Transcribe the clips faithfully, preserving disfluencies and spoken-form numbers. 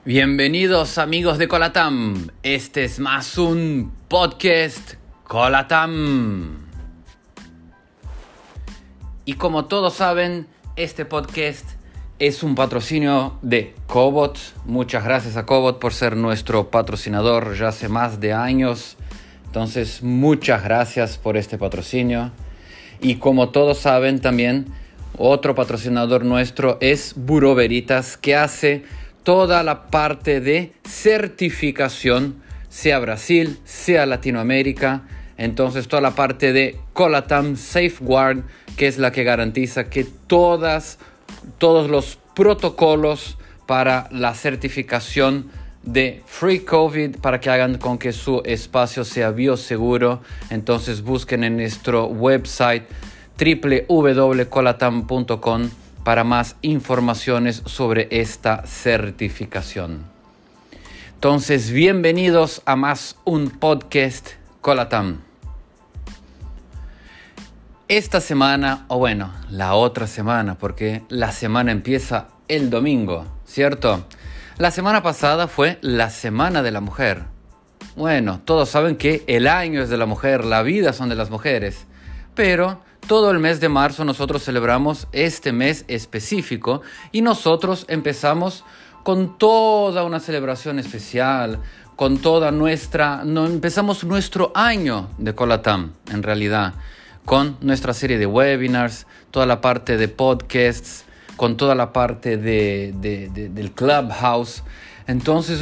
Bienvenidos amigos de Colatam, este es más un podcast Colatam. Y como todos saben, este podcast es un patrocinio de Cobot. Muchas gracias a Cobot por ser nuestro patrocinador ya hace más de años. Entonces, muchas gracias por este patrocinio. Y como todos saben también, otro patrocinador nuestro es Bureau Veritas, que hace toda la parte de certificación, sea Brasil, sea Latinoamérica. Entonces, toda la parte de Colatam Safeguard, que es la que garantiza que todas, todos los protocolos para la certificación de Free COVID, para que hagan con que su espacio sea bioseguro. Entonces, busquen en nuestro website doble u doble u doble u punto colatam punto com para más informaciones sobre esta certificación. Entonces, bienvenidos a más un podcast Colatam. Esta semana, o bueno, la otra semana, porque la semana empieza el domingo, ¿cierto? La semana pasada fue la Semana de la Mujer. Bueno, todos saben que el año es de la mujer, la vida son de las mujeres, pero todo el mes de marzo nosotros celebramos este mes específico y nosotros empezamos con toda una celebración especial, con toda nuestra, no, empezamos nuestro año de Colatam, en realidad, con nuestra serie de webinars, toda la parte de podcasts, con toda la parte de, de, de, del Clubhouse. Entonces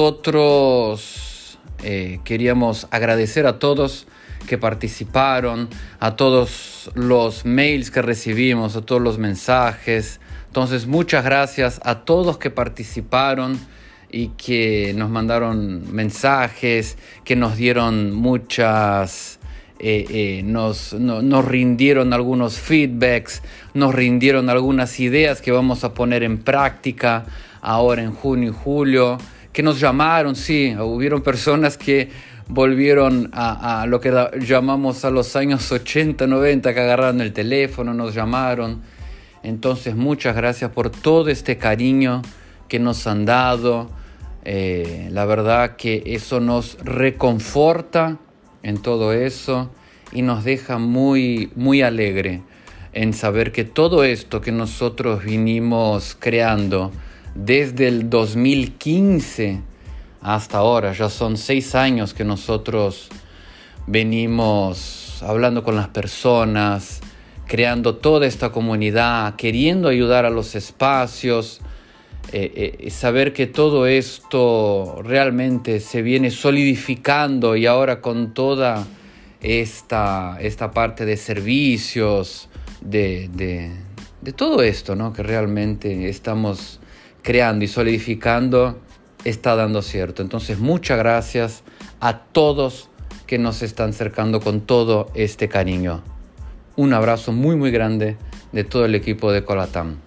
nosotros eh, queríamos agradecer a todos que participaron, a todos los mails que recibimos, a todos los mensajes. Entonces, muchas gracias a todos que participaron y que nos mandaron mensajes, que nos dieron muchas, eh, eh, nos, no, nos rindieron algunos feedbacks, nos rindieron algunas ideas que vamos a poner en práctica ahora en junio y julio, que nos llamaron, sí, hubieron personas que volvieron a, a lo que da, llamamos a los años ochenta, noventa, que agarraron el teléfono, nos llamaron. Entonces, muchas gracias por todo este cariño que nos han dado. Eh, la verdad que eso nos reconforta en todo eso y nos deja muy, muy alegre en saber que todo esto que nosotros vinimos creando desde el dos mil quince hasta ahora, ya son seis años que nosotros venimos hablando con las personas, creando toda esta comunidad, queriendo ayudar a los espacios, eh, eh, saber que todo esto realmente se viene solidificando y ahora con toda esta, esta parte de servicios, de, de, de todo esto, ¿no? Que realmente estamos creando y solidificando, está dando cierto. Entonces, muchas gracias a todos que nos están cercando con todo este cariño. Un abrazo muy muy grande de todo el equipo de Colatam.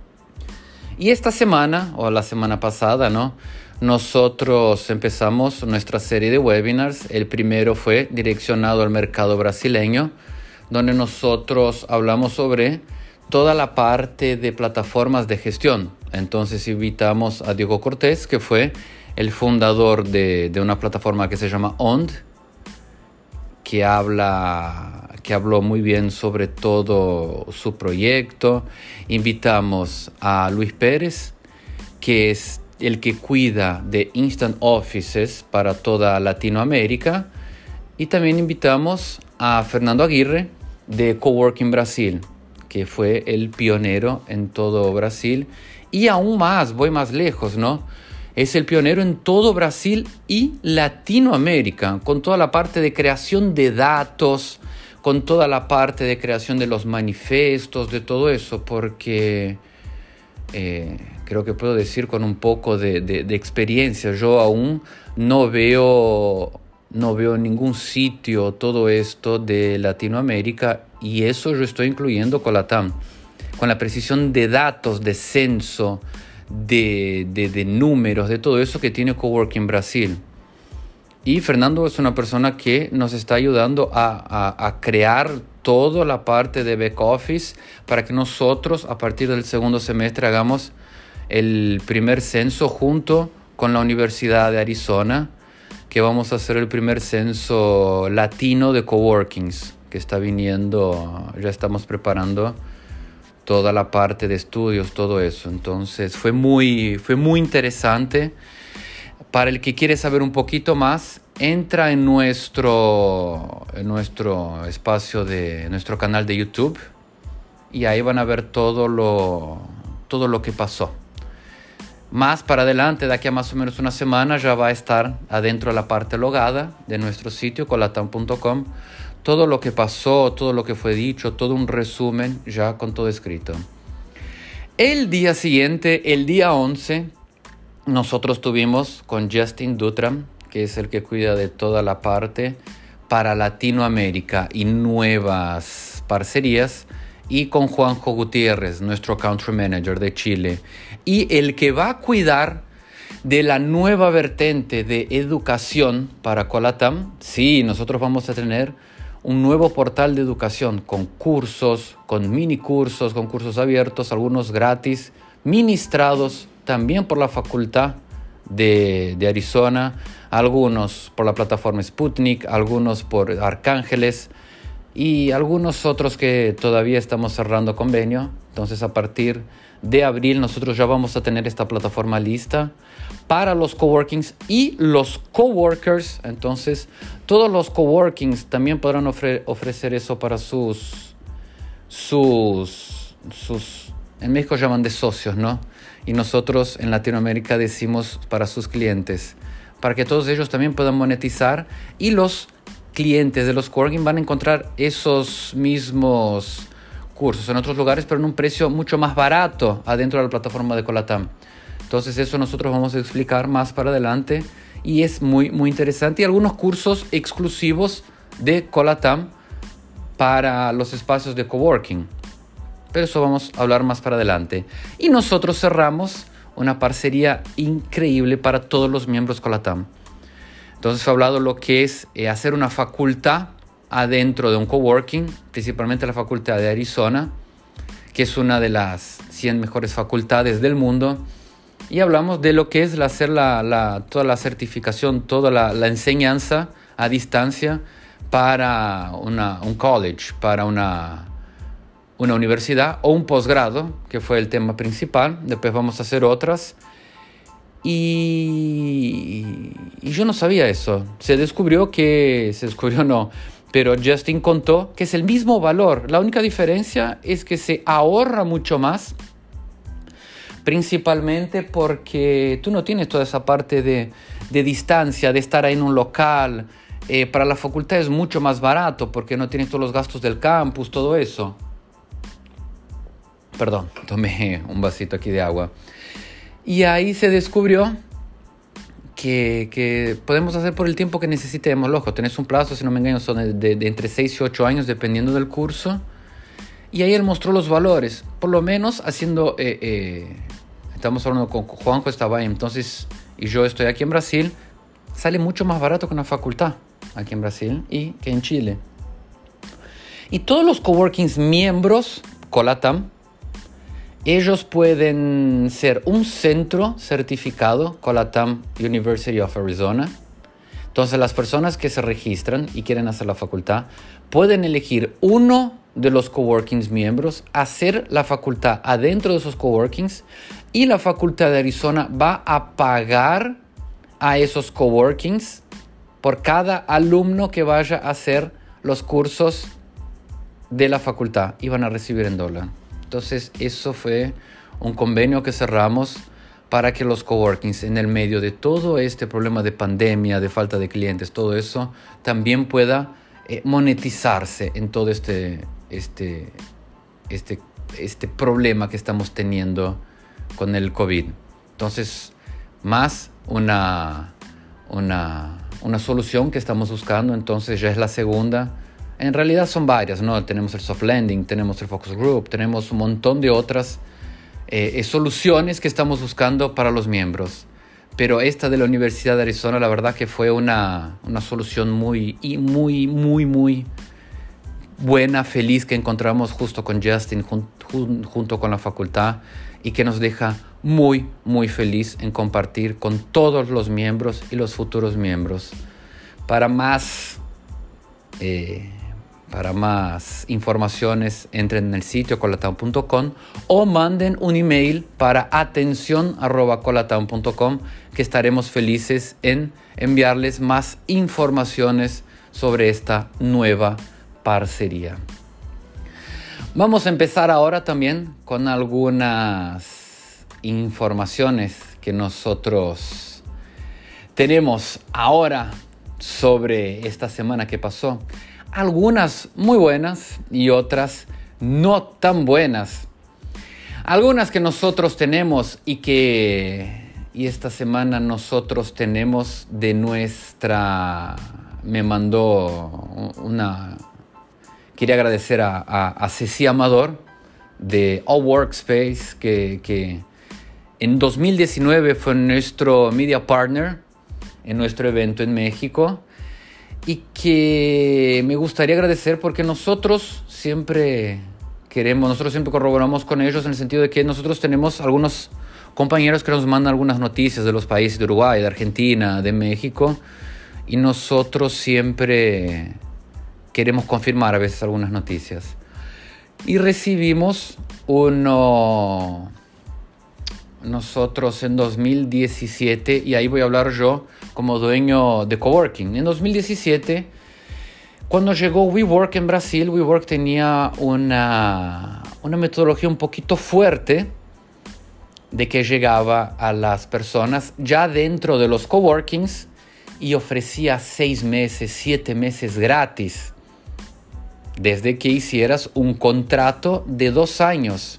Y esta semana, o la semana pasada, ¿no? Nosotros empezamos nuestra serie de webinars. El primero fue direccionado al mercado brasileño, donde nosotros hablamos sobre toda la parte de plataformas de gestión. Entonces invitamos a Diego Cortés, que fue el fundador de, de una plataforma que se llama O N D, que, habla, que habló muy bien sobre todo su proyecto. Invitamos a Luis Pérez, que es el que cuida de Instant Offices para toda Latinoamérica. Y también invitamos a Fernando Aguirre de Coworking Brasil, que fue el pionero en todo Brasil. Y aún más, voy más lejos, ¿no? Es el pionero en todo Brasil y Latinoamérica, con toda la parte de creación de datos, con toda la parte de creación de los manifestos, de todo eso, porque eh, creo que puedo decir con un poco de, de, de experiencia, yo aún no veo, no veo ningún sitio todo esto de Latinoamérica, y eso yo estoy incluyendo Colatam, con la precisión de datos, de censo, de, de, de números, de todo eso que tiene Coworking Brasil. Y Fernando es una persona que nos está ayudando a, a, a crear toda la parte de back office para que nosotros a partir del segundo semestre hagamos el primer censo junto con la Universidad de Arizona, que vamos a hacer el primer censo latino de coworkings, que está viniendo, ya estamos preparando toda la parte de estudios, todo eso. Entonces fue muy, fue muy interesante. Para el que quiere saber un poquito más, entra en nuestro, en nuestro espacio de nuestro canal de YouTube y ahí van a ver todo lo, todo lo que pasó. Más para adelante, de aquí a más o menos una semana, ya va a estar adentro de la parte logada de nuestro sitio, colatam punto com, todo lo que pasó, todo lo que fue dicho, todo un resumen ya con todo escrito. El día siguiente, el día once, nosotros tuvimos con Justin Dutram, que es el que cuida de toda la parte para Latinoamérica y nuevas parcerías, y con Juanjo Gutiérrez, nuestro Country Manager de Chile, y el que va a cuidar de la nueva vertente de educación para Colatam. Sí, nosotros vamos a tener un nuevo portal de educación con cursos, con mini cursos, con cursos abiertos, algunos gratis, ministrados también por la Facultad de, de Arizona, algunos por la plataforma Sputnik, algunos por Arcángeles y algunos otros que todavía estamos cerrando convenio. Entonces, a partir de abril nosotros ya vamos a tener esta plataforma lista para los coworkings y los coworkers. Entonces, todos los coworkings también podrán ofre- ofrecer eso para sus, sus, sus, en México llaman de socios, ¿no? Y nosotros en Latinoamérica decimos para sus clientes, para que todos ellos también puedan monetizar, y los clientes de los coworking van a encontrar esos mismos cursos en otros lugares, pero en un precio mucho más barato adentro de la plataforma de Colatam. Entonces eso nosotros vamos a explicar más para adelante y es muy, muy interesante. Y algunos cursos exclusivos de Colatam para los espacios de coworking. Pero eso vamos a hablar más para adelante. Y nosotros cerramos una parcería increíble para todos los miembros Colatam. Entonces fue hablado lo que es eh, hacer una facultad adentro de un coworking, principalmente la Facultad de Arizona, que es una de las cien mejores facultades del mundo. Y hablamos de lo que es hacer la, la, toda la certificación, toda la, la enseñanza a distancia para una, un college, para una, una universidad o un posgrado, que fue el tema principal. Después vamos a hacer otras. Y, y yo no sabía eso. Se descubrió que, se descubrió no, pero Justin contó que es el mismo valor. La única diferencia es que se ahorra mucho más, principalmente porque tú no tienes toda esa parte de, de distancia, de estar ahí en un local. Eh, para la facultad es mucho más barato porque no tienes todos los gastos del campus, todo eso. Perdón, tomé un vasito aquí de agua. Y ahí se descubrió que, que podemos hacer por el tiempo que necesitemos. Loco, tenés un plazo, si no me engaño, son de, de, de entre seis y ocho años, dependiendo del curso. Y ahí él mostró los valores. Por lo menos haciendo... Eh, eh, estamos hablando con Juanjo, estaba ahí entonces, y yo estoy aquí en Brasil. Sale mucho más barato que una facultad aquí en Brasil y que en Chile. Y todos los coworkings miembros, Colatam, ellos pueden ser un centro certificado, Colatam University of Arizona. Entonces las personas que se registran y quieren hacer la facultad pueden elegir uno de los coworkings miembros, hacer la facultad adentro de esos coworkings, y la Facultad de Arizona va a pagar a esos coworkings por cada alumno que vaya a hacer los cursos de la facultad y van a recibir en dólar. Entonces eso fue un convenio que cerramos para que los coworkings, en el medio de todo este problema de pandemia, de falta de clientes, todo eso, también pueda eh, monetizarse en todo este, este, este, este problema que estamos teniendo con el COVID. Entonces, más una, una, una solución que estamos buscando. Entonces ya es la segunda. En realidad son varias, ¿no? Tenemos el soft landing, tenemos el focus group, tenemos un montón de otras eh, eh, soluciones que estamos buscando para los miembros. Pero esta de la Universidad de Arizona, la verdad que fue una, una solución muy, y muy, muy, muy buena, feliz, que encontramos justo con Justin, jun- junto con la facultad y que nos deja muy, muy feliz en compartir con todos los miembros y los futuros miembros. Para más, eh, para más informaciones, entren en el sitio colatown punto com o manden un email para atención arroba colatown punto com, que estaremos felices en enviarles más informaciones sobre esta nueva parcería. Vamos a empezar ahora también con algunas informaciones que nosotros tenemos ahora sobre esta semana que pasó. Algunas muy buenas y otras no tan buenas. Algunas que nosotros tenemos y que y esta semana nosotros tenemos de nuestra... Me mandó una... Quería agradecer a, a, a Ceci Amador de All Workspace, que, que en dos mil diecinueve fue nuestro media partner en nuestro evento en México, y que me gustaría agradecer porque nosotros siempre queremos, nosotros siempre corroboramos con ellos en el sentido de que nosotros tenemos algunos compañeros que nos mandan algunas noticias de los países de Uruguay, de Argentina, de México, y nosotros siempre queremos confirmar a veces algunas noticias. Y recibimos uno, nosotros en dos mil diecisiete, y ahí voy a hablar yo como dueño de coworking. En dos mil diecisiete, cuando llegó WeWork en Brasil, WeWork tenía una, una metodología un poquito fuerte de que llegaba a las personas ya dentro de los coworkings y ofrecía seis meses, siete meses gratis, desde que hicieras un contrato de dos años.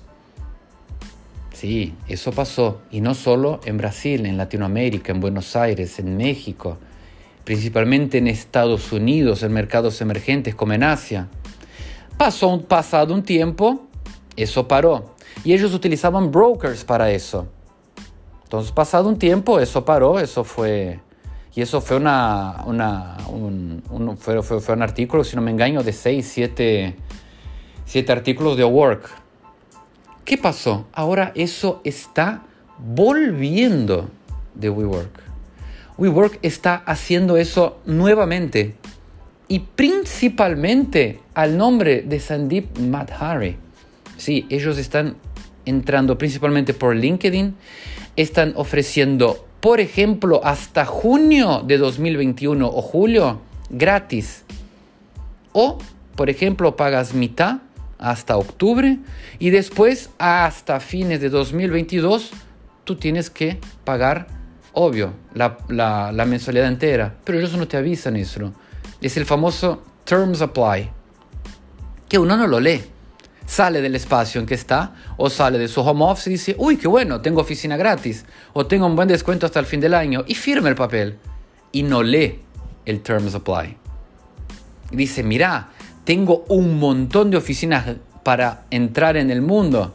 Sí, eso pasó, y no solo en Brasil, en Latinoamérica, en Buenos Aires, en México, principalmente en Estados Unidos, en mercados emergentes como en Asia. Pasó un, pasado un tiempo, eso paró, y ellos utilizaban brokers para eso. Entonces, pasado un tiempo, eso paró, eso fue... Y eso fue, una, una, un, un, fue, fue, fue un artículo, si no me engaño, de seis, siete, siete artículos de Work. ¿Qué pasó? Ahora eso está volviendo de WeWork. WeWork está haciendo eso nuevamente. Y principalmente al nombre de Sandeep Madhari. Sí, ellos están entrando principalmente por LinkedIn. Están ofreciendo, por ejemplo, hasta junio de dos mil veintiuno o julio, gratis. O, por ejemplo, pagas mitad hasta octubre y después hasta fines de dos mil veintidós tú tienes que pagar, obvio, la, la, la mensualidad entera. Pero ellos no te avisan eso. Es el famoso Terms Apply, que uno no lo lee. Sale del espacio en que está o sale de su home office y dice, uy, qué bueno, tengo oficina gratis o tengo un buen descuento hasta el fin del año, y firma el papel y no lee el Terms Apply. Y dice, mira, tengo un montón de oficinas para entrar en el mundo,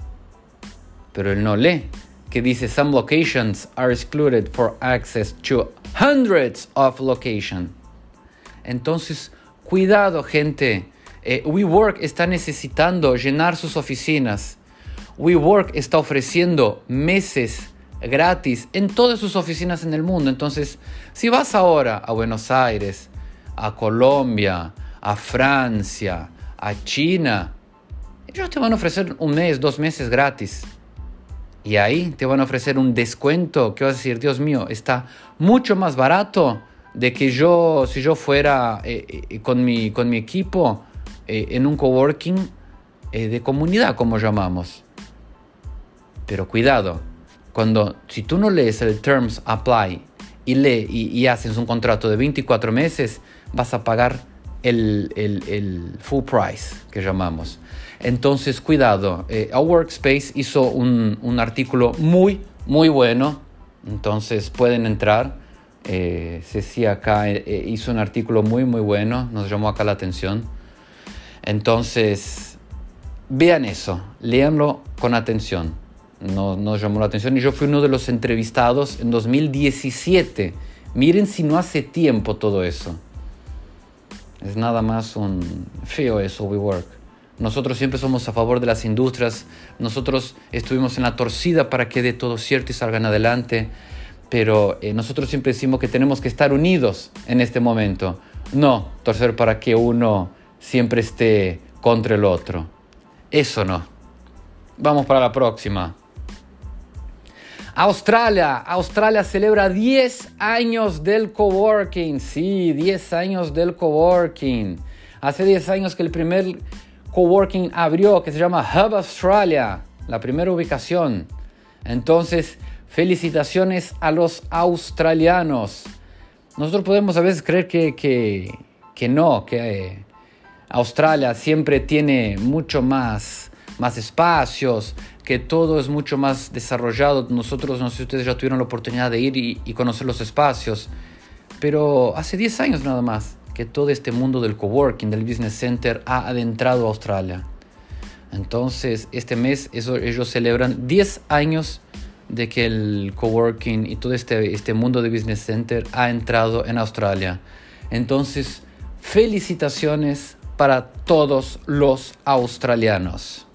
pero él no lee que dice, some locations are excluded for access to hundreds of locations. Entonces, cuidado, gente. Eh, WeWork está necesitando llenar sus oficinas. WeWork está ofreciendo meses gratis en todas sus oficinas en el mundo. Entonces, si vas ahora a Buenos Aires, a Colombia, a Francia, a China, ellos te van a ofrecer un mes, dos meses gratis. Y ahí te van a ofrecer un descuento que vas a decir, Dios mío, está mucho más barato de que yo, si yo fuera eh, eh, con, mi, con mi equipo eh, en un coworking eh, de comunidad, como llamamos. Pero cuidado, cuando, si tú no lees el Terms Apply y, lee, y, y haces un contrato de veinticuatro meses, vas a pagar el, el, el full price, que llamamos. Entonces, cuidado. Eh, Our Workspace hizo un, un artículo muy, muy bueno. Entonces, pueden entrar. Eh, Ceci acá eh, hizo un artículo muy, muy bueno. Nos llamó acá la atención. Entonces, vean eso. Léanlo con atención. Nos, nos llamó la atención. Y yo fui uno de los entrevistados en dos mil diecisiete. Miren si no hace tiempo todo eso. Es nada más un feo eso, WeWork. Nosotros siempre somos a favor de las industrias. Nosotros estuvimos en la torcida para que dé todo cierto y salgan adelante. Pero eh, nosotros siempre decimos que tenemos que estar unidos en este momento. No torcer para que uno siempre esté contra el otro. Eso no. Vamos para la próxima. Australia. Australia celebra diez años del coworking. Sí, diez años del coworking. Hace diez años que el primer coworking abrió, que se llama Hub Australia, la primera ubicación. Entonces, felicitaciones a los australianos. Nosotros podemos a veces creer que, que, que no, que eh, Australia siempre tiene mucho más, más espacios, que todo es mucho más desarrollado. Nosotros, no sé si ustedes ya tuvieron la oportunidad de ir y, y conocer los espacios, pero hace diez años nada más que todo este mundo del coworking, del business center, ha adentrado a Australia. Entonces, este mes eso, ellos celebran diez años de que el coworking y todo este, este mundo de business center ha entrado en Australia. Entonces, felicitaciones para todos los australianos.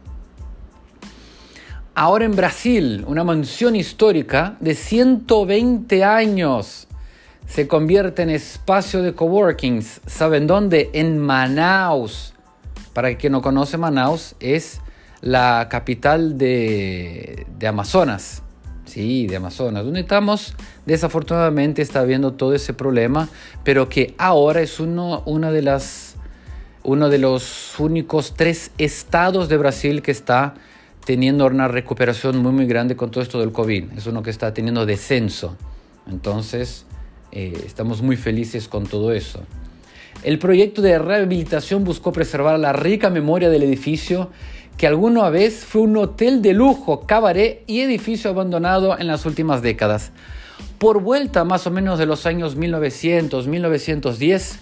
Ahora en Brasil, una mansión histórica de ciento veinte años se convierte en espacio de coworkings. ¿Saben dónde? En Manaus. Para quien no conoce, Manaus es la capital de, de Amazonas. Sí, de Amazonas. Donde estamos, desafortunadamente, está habiendo todo ese problema, pero que ahora es uno, una de las, uno de los únicos tres estados de Brasil que está teniendo una recuperación muy, muy grande con todo esto del COVID. Es uno que está teniendo descenso. Entonces, eh, estamos muy felices con todo eso. El proyecto de rehabilitación buscó preservar la rica memoria del edificio, que alguna vez fue un hotel de lujo, cabaret y edificio abandonado en las últimas décadas. Por vuelta más o menos de los años mil novecientos, mil novecientos diez,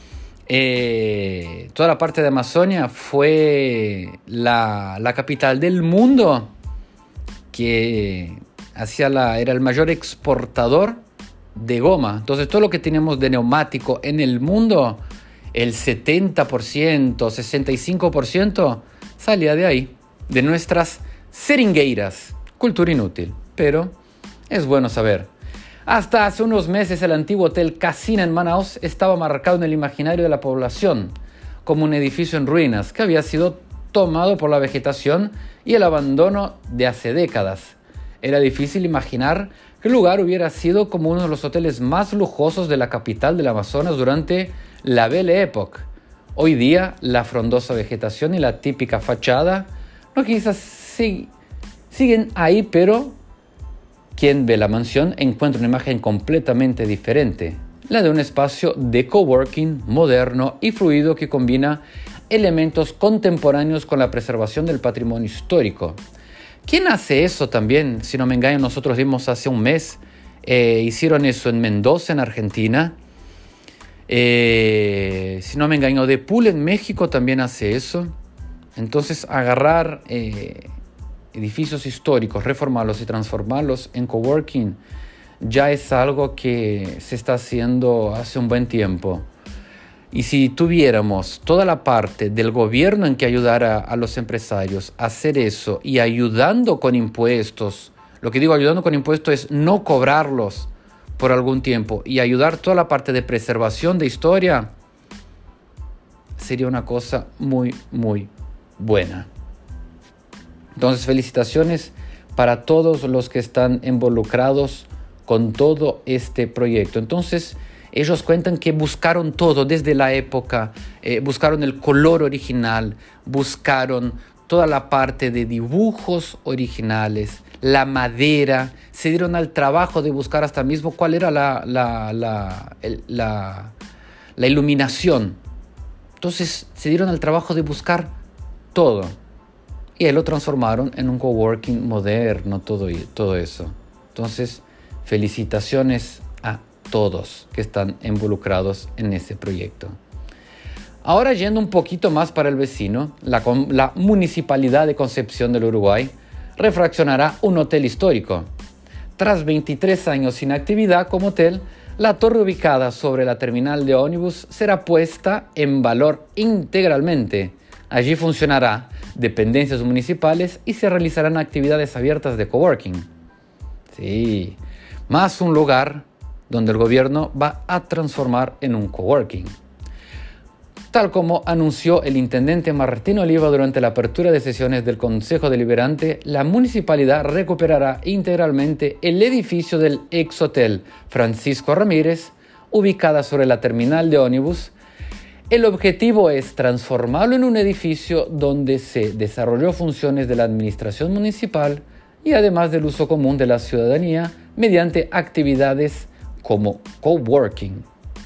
eh, toda la parte de Amazonia fue la, la capital del mundo, que hacía la, era el mayor exportador de goma. Entonces todo lo que teníamos de neumático en el mundo, el setenta por ciento, sesenta y cinco por ciento salía de ahí, de nuestras seringueiras. Cultura inútil, pero es bueno saber. Hasta hace unos meses el antiguo Hotel Casina en Manaus estaba marcado en el imaginario de la población como un edificio en ruinas que había sido tomado por la vegetación y el abandono de hace décadas. Era difícil imaginar que el lugar hubiera sido como uno de los hoteles más lujosos de la capital del Amazonas durante la Belle Époque. Hoy día, la frondosa vegetación y la típica fachada no quizás sí, siguen ahí, pero quien ve la mansión encuentra una imagen completamente diferente, la de un espacio de coworking moderno y fluido que combina elementos contemporáneos con la preservación del patrimonio histórico. ¿Quién hace eso también? Si no me engaño, nosotros vimos hace un mes, eh, hicieron eso en Mendoza, en Argentina. Eh, si no me engaño, De Pool en México también hace eso. Entonces, agarrar eh, edificios históricos, reformarlos y transformarlos en coworking ya es algo que se está haciendo hace un buen tiempo. Y si tuviéramos toda la parte del gobierno en que ayudara a los empresarios a hacer eso y ayudando con impuestos, lo que digo ayudando con impuestos es no cobrarlos por algún tiempo y ayudar toda la parte de preservación de historia, sería una cosa muy, muy buena. Entonces, felicitaciones para todos los que están involucrados con todo este proyecto. Entonces, ellos cuentan que buscaron todo desde la época, eh, buscaron el color original, buscaron toda la parte de dibujos originales, la madera, se dieron al trabajo de buscar hasta mismo cuál era la, la, la, el, la, la iluminación. Entonces se dieron al trabajo de buscar todo y ahí lo transformaron en un coworking moderno, todo, todo eso. Entonces, felicitaciones a todos que están involucrados en ese proyecto. Ahora yendo un poquito más para el vecino, la, la Municipalidad de Concepción del Uruguay refaccionará un hotel histórico. Tras veintitrés años sin actividad como hotel, la torre ubicada sobre la terminal de ómnibus será puesta en valor integralmente, Allí funcionará dependencias municipales y se realizarán actividades abiertas de coworking. Sí, más un lugar donde el gobierno va a transformar en un coworking. Tal como anunció el intendente Martín Oliva durante la apertura de sesiones del Consejo Deliberante, la municipalidad recuperará integralmente el edificio del ex-hotel Francisco Ramírez, ubicada sobre la terminal de ómnibus. El objetivo es transformarlo en un edificio donde se desarrolló funciones de la administración municipal y además del uso común de la ciudadanía mediante actividades como coworking.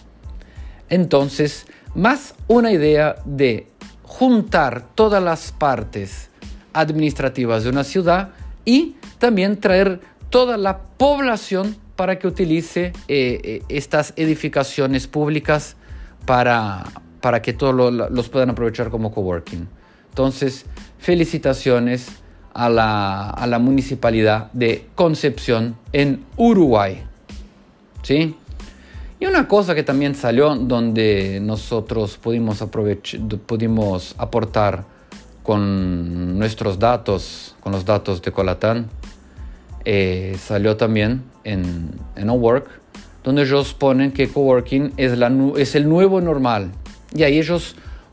Entonces, más una idea de juntar todas las partes administrativas de una ciudad y también traer toda la población para que utilice eh, estas edificaciones públicas para, para que todos lo, los puedan aprovechar como coworking. Entonces, felicitaciones a la, a la Municipalidad de Concepción en Uruguay. ¿Sí? Y una cosa que también salió donde nosotros pudimos, aprovechar, pudimos aportar con nuestros datos, con los datos de Colatán, eh, salió también en, en Upwork, donde ellos ponen que coworking es, la, es el nuevo normal. Y ahí ellos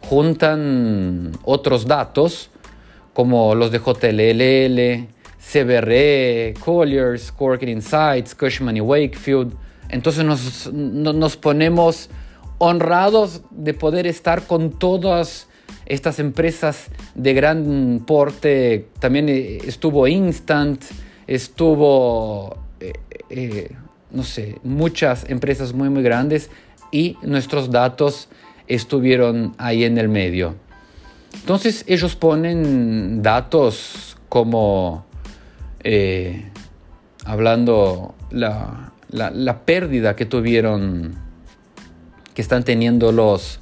juntan otros datos como los de J L L, C B R E, Colliers, Coworking Insights, Cushman y Wakefield. Entonces nos, nos ponemos honrados de poder estar con todas estas empresas de gran porte. También estuvo Instant, estuvo, eh, eh, no sé, muchas empresas muy, muy grandes y nuestros datos estuvieron ahí en el medio. Entonces ellos ponen datos como, eh, hablando la... La, la pérdida que tuvieron, que están teniendo los,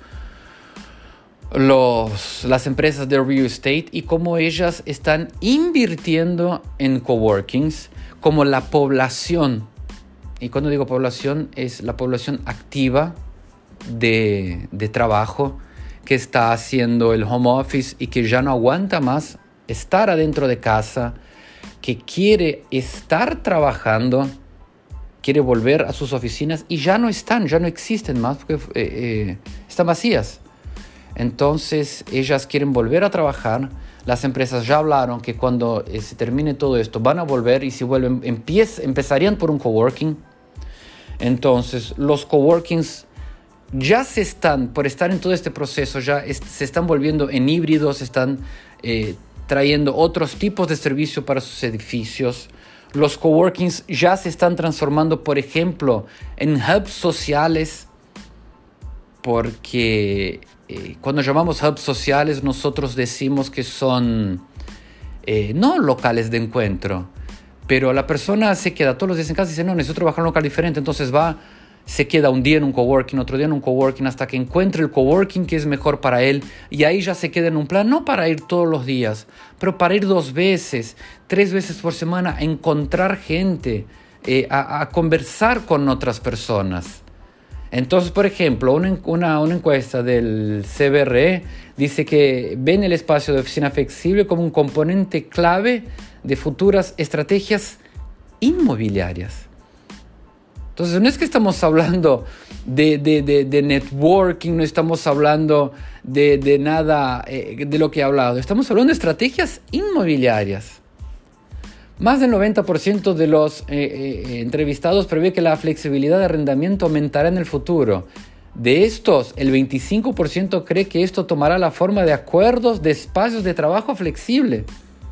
los, las empresas de real estate y cómo ellas están invirtiendo en coworkings, como la población, y cuando digo población es la población activa de, de trabajo que está haciendo el home office y que ya no aguanta más estar adentro de casa, que quiere estar trabajando, quiere volver a sus oficinas y ya no están, ya no existen más porque eh, eh, están vacías. Entonces ellas quieren volver a trabajar. Las empresas ya hablaron que cuando eh, se termine todo esto van a volver y si vuelven empiez, empezarían por un coworking. Entonces los coworkings ya se están, por estar en todo este proceso, ya es, se están volviendo en híbridos, están eh, trayendo otros tipos de servicio para sus edificios. Los coworkings ya se están transformando, por ejemplo, en hubs sociales, porque eh, cuando llamamos hubs sociales nosotros decimos que son eh, no locales de encuentro, pero la persona se queda todos los días en casa y dice, no, necesito trabajar en un local diferente, entonces va, se queda un día en un coworking, otro día en un coworking, hasta que encuentre el coworking que es mejor para él, y ahí ya se queda en un plan, no para ir todos los días, pero para ir dos veces, tres veces por semana, a encontrar gente, eh, a, a conversar con otras personas. Entonces, por ejemplo, una, una, una encuesta del C B R E dice que ven el espacio de oficina flexible como un componente clave de futuras estrategias inmobiliarias. Entonces, no es que estamos hablando de, de, de, de networking, no estamos hablando de, de nada eh, de lo que he hablado. Estamos hablando de estrategias inmobiliarias. Más del noventa por ciento de los eh, eh, entrevistados prevé que la flexibilidad de arrendamiento aumentará en el futuro. De estos, el veinticinco por ciento cree que esto tomará la forma de acuerdos de espacios de trabajo flexible.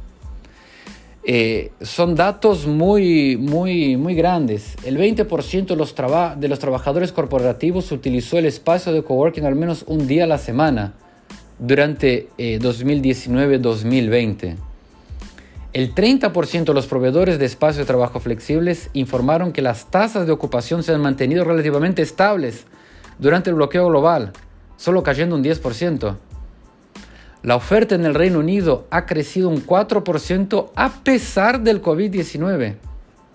Eh, son datos muy, muy, muy grandes. El veinte por ciento de los, traba- de los trabajadores corporativos utilizó el espacio de coworking al menos un día a la semana durante eh, dos mil diecinueve dos mil veinte. El treinta por ciento de los proveedores de espacios de trabajo flexibles informaron que las tasas de ocupación se han mantenido relativamente estables durante el bloqueo global, solo cayendo un diez por ciento. La oferta en el Reino Unido ha crecido un cuatro por ciento a pesar del covid diecinueve.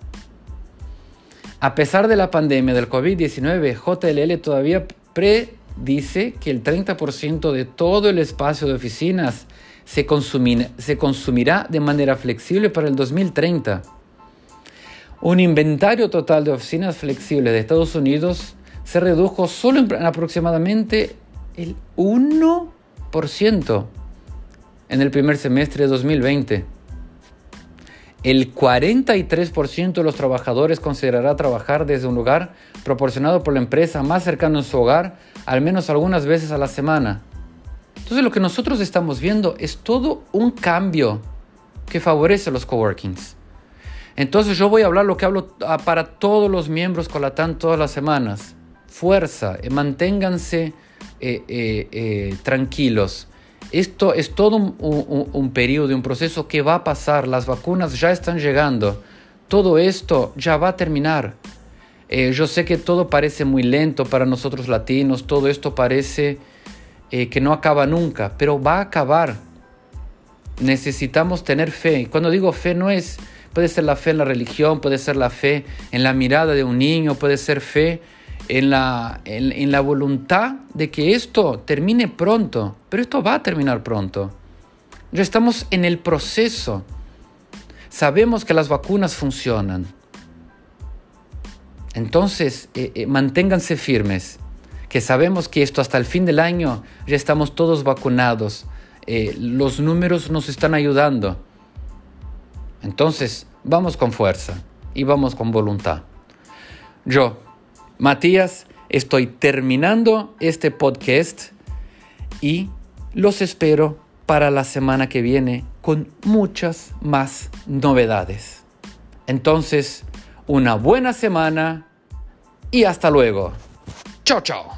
A pesar de la pandemia del covid diecinueve, J L L todavía pre, dice que el treinta por ciento de todo el espacio de oficinas se, consumir, se consumirá de manera flexible para el dos mil treinta. Un inventario total de oficinas flexibles de Estados Unidos se redujo solo en aproximadamente el uno por ciento en el primer semestre de dos mil veinte. El cuarenta y tres por ciento de los trabajadores considerará trabajar desde un lugar proporcionado por la empresa más cercano a su hogar, al menos algunas veces a la semana. Entonces lo que nosotros estamos viendo es todo un cambio que favorece a los coworkings. Entonces yo voy a hablar lo que hablo para todos los miembros Colatán todas las semanas. Fuerza, eh, manténganse eh, eh, eh, tranquilos. Esto es todo un, un, un periodo, un proceso que va a pasar. Las vacunas ya están llegando. Todo esto ya va a terminar. Eh, yo sé que todo parece muy lento para nosotros latinos. Todo esto parece eh, que no acaba nunca, pero va a acabar. Necesitamos tener fe. Y cuando digo fe no es... Puede ser la fe en la religión, puede ser la fe en la mirada de un niño, puede ser fe en la, en, en la voluntad de que esto termine pronto. Pero esto va a terminar pronto. Ya estamos en el proceso. Sabemos que las vacunas funcionan. Entonces, eh, eh, manténganse firmes. Que sabemos que esto hasta el fin del año ya estamos todos vacunados. Eh, los números nos están ayudando. Entonces, vamos con fuerza y vamos con voluntad. Yo, Matías, estoy terminando este podcast y los espero para la semana que viene con muchas más novedades. Entonces, una buena semana y hasta luego. Chao, chao.